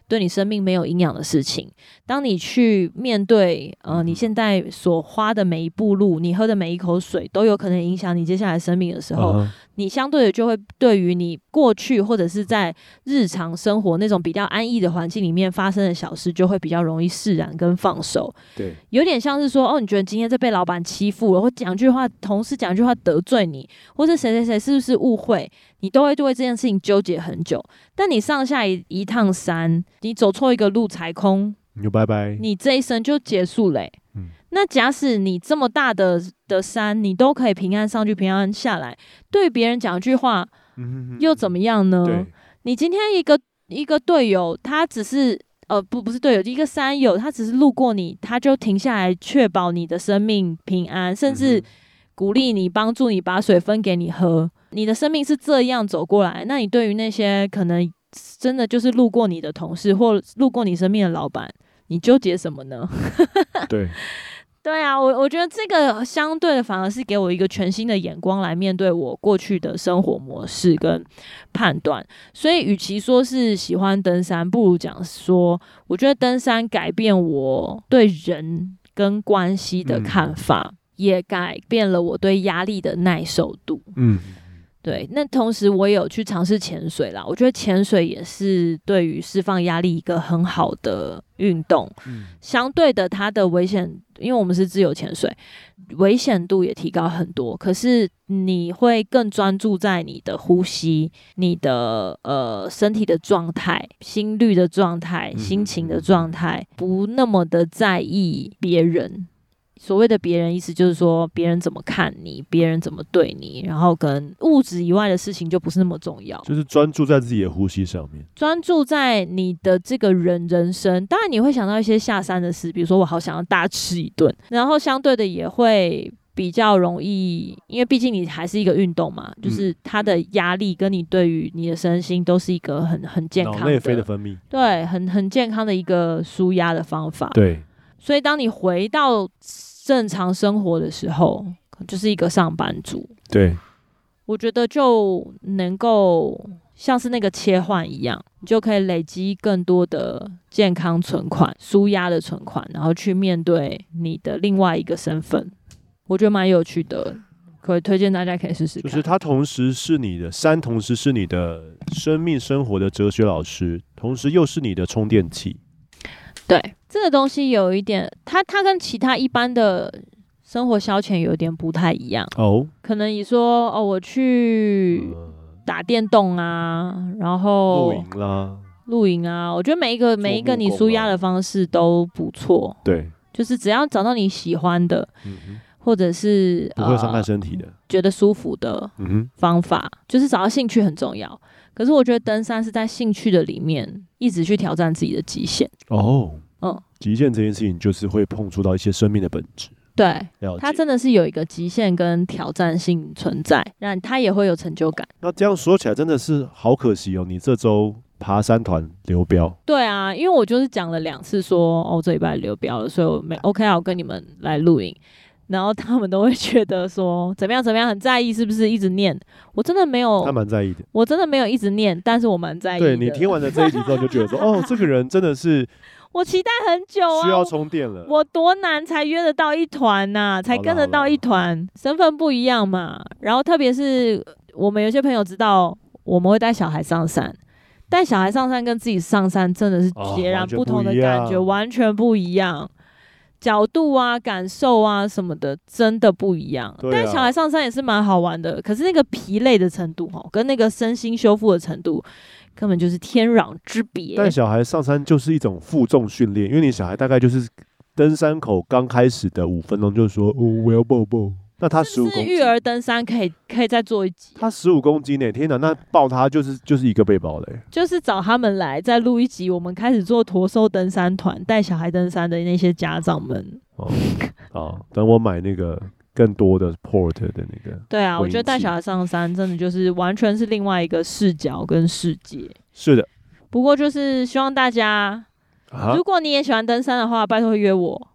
对你生命没有营养的事情，当你去面对你现在所花的每一步路，你喝的每一口水都有可能影响你接下来生命的时候，你相对的就会对于你过去或者是在日常生活那种比较安逸的环境里面发生的小事，就会比较容易释然跟放手。 对， 有点像是说，你觉得今天被老板欺负了，或讲句话，同事讲句话得罪你，或是谁谁谁是不是误会，你都会为这件事情纠结很久。但你上下一趟山，你走错一个路踩空， 你就拜拜， 你这一生就结束了那假使你这么大的山，你都可以平安上去，平安下来，对别人讲句话，又怎么样呢？你今天一个队友，他只是不是队友，一个山友，他只是路过你，他就停下来确保你的生命平安，甚至鼓励你，帮助你，把水分给你喝。你的生命是这样走过来，那你对于那些可能真的就是路过你的同事或路过你生命的老板，你纠结什么呢？ 对。 对啊，我觉得这个相对的反而是给我一个全新的眼光来面对我过去的生活模式跟判断。所以与其说是喜欢登山，不如讲说我觉得登山改变我对人跟关系的看法，也改变了我对压力的耐受度。对，那同时我也有去尝试潜水啦，我觉得潜水也是对于释放压力一个很好的运动。相对的它的危险，因为我们是自由潜水，危险度也提高很多，可是你会更专注在你的呼吸，你的身体的状态，心率的状态，心情的状态，不那么的在意别人。所谓的别人意思就是说别人怎么看你，别人怎么对你，然后跟物质以外的事情就不是那么重要， 就是专注在自己的呼吸上面， 专注在你的这个人生。当然你会想到一些下山的事，比如说我好想要大吃一顿，然后相对的也会比较容易，因为毕竟你还是一个运动嘛，就是它的压力跟你对于你的身心都是一个很健康的， 脑内啡的分泌， 对，很健康的一个抒压的方法。 对， 所以当你回到正常生活的时候，就是一个上班族， 对， 我觉得就能够像是那个切换一样，你就可以累积更多的健康存款、抒压的存款，然后去面对你的另外一个身份。我觉得蛮有趣的，可以推荐大家可以试试看。 就是它同时是你的山，同时是你的生命生活的哲学老师，同时又是你的充电器。 对，这个东西有一点，它跟其他一般的生活消遣有点不太一样可能你说我去打电动啊，然后露营啊，我觉得每一个你抒压的方式都不错。 对， 就是只要找到你喜欢的，或者是不会伤害身体的， 觉得舒服的方法，就是找到兴趣很重要。可是我觉得登山是在兴趣的里面一直去挑战自己的极限。极限这件事情就是会碰触到一些生命的本质。对，它真的是有一个极限跟挑战性存在，让它也会有成就感。 那这样说起来真的是好可惜你这周爬山团流标。 对啊，因为我就是讲了2次说这礼拜流标了，所以我OK 我跟你们来录影。然后他们都会觉得说怎么样很在意，是不是一直念？我真的没有， 他蛮在意的。 我真的没有一直念，但是我蛮在意的。 对，你听完了这一集之后就觉得说这个人真的是我期待很久需要充电了。 我多难才约得到一团才跟得到一团，身份不一样嘛。然后特别是我们有些朋友知道我们会带小孩上山，带小孩上山跟自己上山真的是截然不同的感觉，完全不一样。角度啊、感受啊什么的，真的不一样。带小孩上山也是蛮好玩的，可是那个疲累的程度跟那个身心修复的程度，根本就是天壤之别。 带小孩上山就是一种负重训练，因为你小孩大概就是登山口刚开始的5分钟就说我要抱抱。那他15公斤， 是育儿登山可以再做一集。 他15公斤天哪，那抱他就是一个背包就是找他们来再录一集，我们开始做驼兽登山团，带小孩登山的那些家长们。 等我买那个更多的 port 的那个。 对啊，我觉得带小孩上山真的就是完全是另外一个视角跟世界。 是的。 不过就是希望大家，如果你也喜欢登山的话，拜托约我。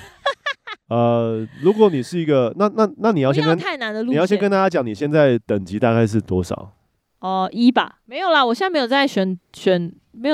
如果你是一个，那你要先跟太难的路线， 你要先跟大家讲你现在等级大概是多少？ 1吧，没有啦，我现在没有在选，没有在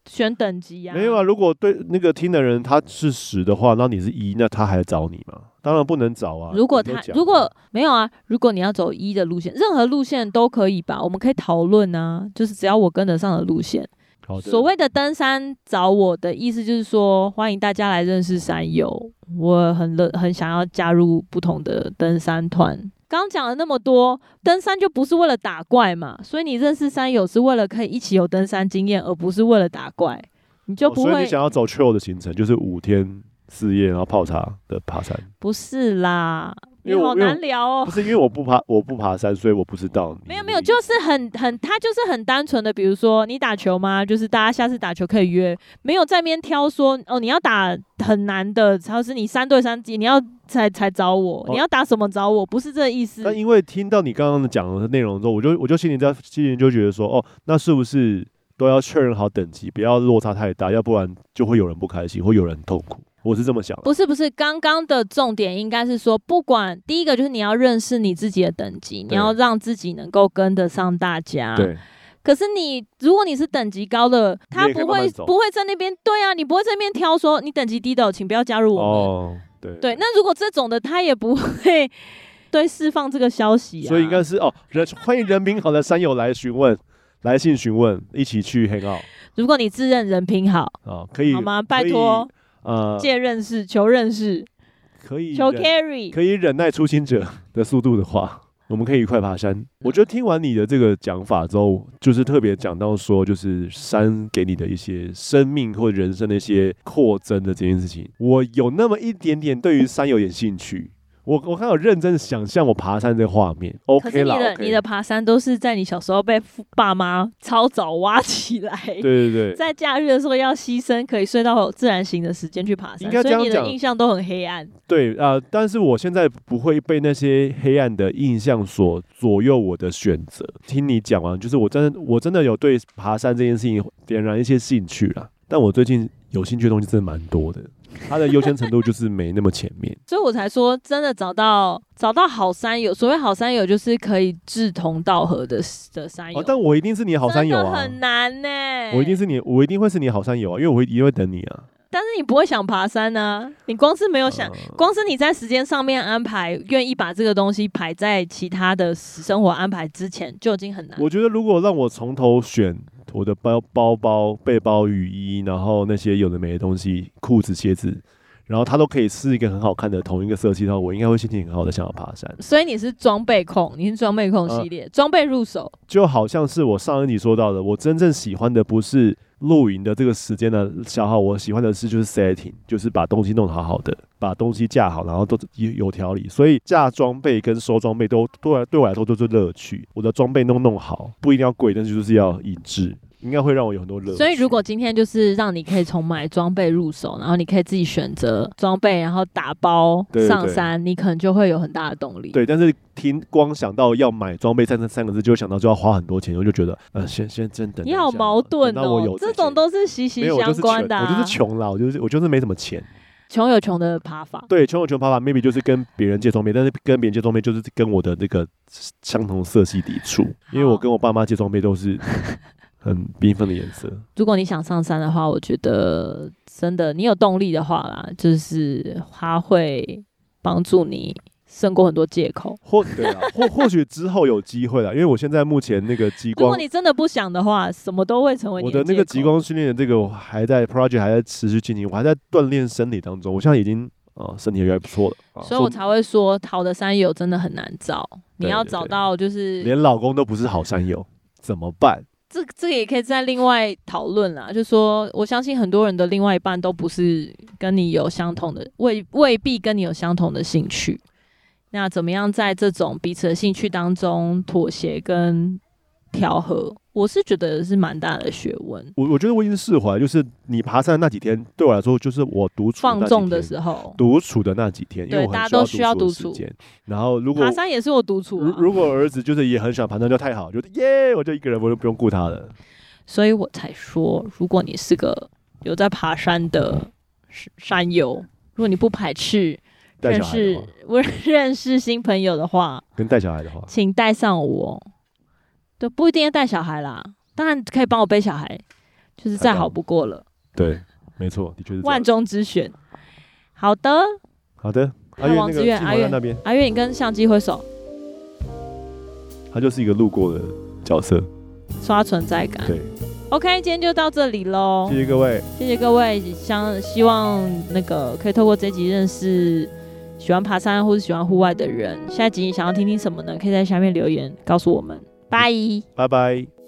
选等级啊。 没有啊，如果对那个听的人他是10的话，那你是1，那他还找你吗？当然不能找啊。 如果没有啊，如果你要走1的路线，任何路线都可以吧？我们可以讨论啊，就是只要我跟得上的路线。所谓的登山找我的意思就是说，欢迎大家来认识山友，我很想要加入不同的登山团。刚讲了那么多，登山就不是为了打怪嘛，所以你认识山友是为了可以一起有登山经验，而不是为了打怪，你就不会。 所以你想要走 chill 的行程，就是5天4夜，然后泡茶的爬山？不是啦。你好难聊哦。 不是因为我不爬山，所以我不知道。 没有，就是他就是很单纯的，比如说你打球吗？就是大家下次打球可以约，没有在那边挑说哦你要打很难的，或是你3对3级你要才找我，你要打什么找我，不是这个意思。 但因为听到你刚刚讲的内容之后，我就心里就觉得说，哦，那是不是都要确认好等级，不要落差太大，要不然就会有人不开心，会有人痛苦。我是这么想的。 不是，刚刚的重点应该是说，不管第一个就是你要认识你自己的等级，你要让自己能够跟得上大家。 对。 可是如果你是等级高的，他不会在那边，对啊，你不会在那边挑说你等级低的，请不要加入我们。 哦，对。 那如果这种的，他也不会对释放这个消息啊。 所以应该是欢迎人品好的山友来信询问，一起去 hang out。 如果你自认人品好， 可以好吗？拜托。借认识，求认识， 可以求 carry， 可以忍耐初心者的速度的话，我们可以一块爬山。我觉得听完你的这个讲法之后，就是特别讲到说，就是山给你的一些生命或人生的一些扩增的这件事情，我有那么一点点对于山有点兴趣。我刚有认真想象我爬山这个画面 ，OK 啦。 可是你的爬山都是在你小时候被爸妈超早挖起来， 对， 在假日的时候要牺牲可以睡到自然醒的时间去爬山， 应该这样讲， 所以你的印象都很黑暗。 对但是我现在不会被那些黑暗的印象所左右我的选择。听你讲完，就是我真的有对爬山这件事情点燃一些兴趣啦。但我最近有兴趣的东西真的蛮多的。它的优先程度就是没那么前面， 所以我才说真的找到好山友。所谓好山友，就是可以志同道合的山友。 但我一定是你的好山友啊， 真的很难呢。 我一定会是你的好山友啊，因为我一定会等你啊。 但是你不会想爬山啊，你光是没有想，光是你在时间上面安排，愿意把这个东西排在其他的生活安排之前，就已经很难。 我觉得如果让我从头选我的包包、背包、雨衣，然后那些有的没的东西，裤子、鞋子，然后它都可以是一个很好看的同一个色系的话，我应该会心情很好的想要爬山。 所以你是装备控，你是装备控系列，装备入手。 就好像是我上一集说到的，我真正喜欢的不是露营的这个时间的消耗，我喜欢的是就是 setting， 就是把东西弄好好的，把东西架好，然后都有条理。所以架装备跟收装备都对我来说都是乐趣。我的装备弄好，不一定要贵，但是就是要一致。应该会让我有很多乐趣。 所以如果今天就是让你可以从买装备入手，然后你可以自己选择装备，然后打包上山，你可能就会有很大的动力。 对，但是光想到要买装备三个字，就会想到就要花很多钱，我就觉得先真等。 你好矛盾哦，这种都是息息相关的。 我就是穷啦，我就是没什么钱。 穷有穷的爬法， 对，穷有穷爬法 ，maybe 就是跟别人借装备，但是跟别人借装备就是跟我的那个相同色系抵触，因为我跟我爸妈借装备都是很缤纷的颜色。如果你想上山的话，我觉得真的，你有动力的话啦，就是它会帮助你胜过很多借口。 对啊，或许之后有机会啦，因为我现在目前那个极光， 如果你真的不想的话，什么都会成为你的借口。 我的那个极光训练的这个还在 project 还在持续进行，我还在锻炼身体当中，我现在已经身体越来越不错了， 所以我才会说好的山友真的很难找，你要找到就是连老公都不是好山友怎么办？ 这个也可以再另外讨论啦，就说我相信很多人的另外一半都不是跟你有相同的，未必跟你有相同的兴趣。那怎么样在这种彼此的兴趣当中妥协跟调和，我是觉得是蛮大的学问。 我觉得我已经释怀，就是你爬山的那几天对我来说，就是我独处放纵的时候， 独处的那几天，因为我大家都需要独处。 然后如果爬山也是我独处如果儿子就是也很喜欢爬山，就太好，就耶，我就一个人，我就不用顾他了。 所以我才说，如果你是个有在爬山的山友，如果你不排斥认识新朋友的话， 跟带小孩的话， 请带上我。对，不一定要带小孩啦，当然可以帮我背小孩， 就是再好不过了。 对，没错，的确是这样万中之选。好的， 好的。阿月那个镜头在那边， 阿月，你跟相机挥手。 他就是一个路过的角色， 刷存在感。 对 ，OK， 今天就到这里喽。 谢谢各位， 谢谢各位，希望那个可以透过这集认识喜欢爬山或是喜欢户外的人。下一集想要听听什么呢？可以在下面留言告诉我们。拜拜。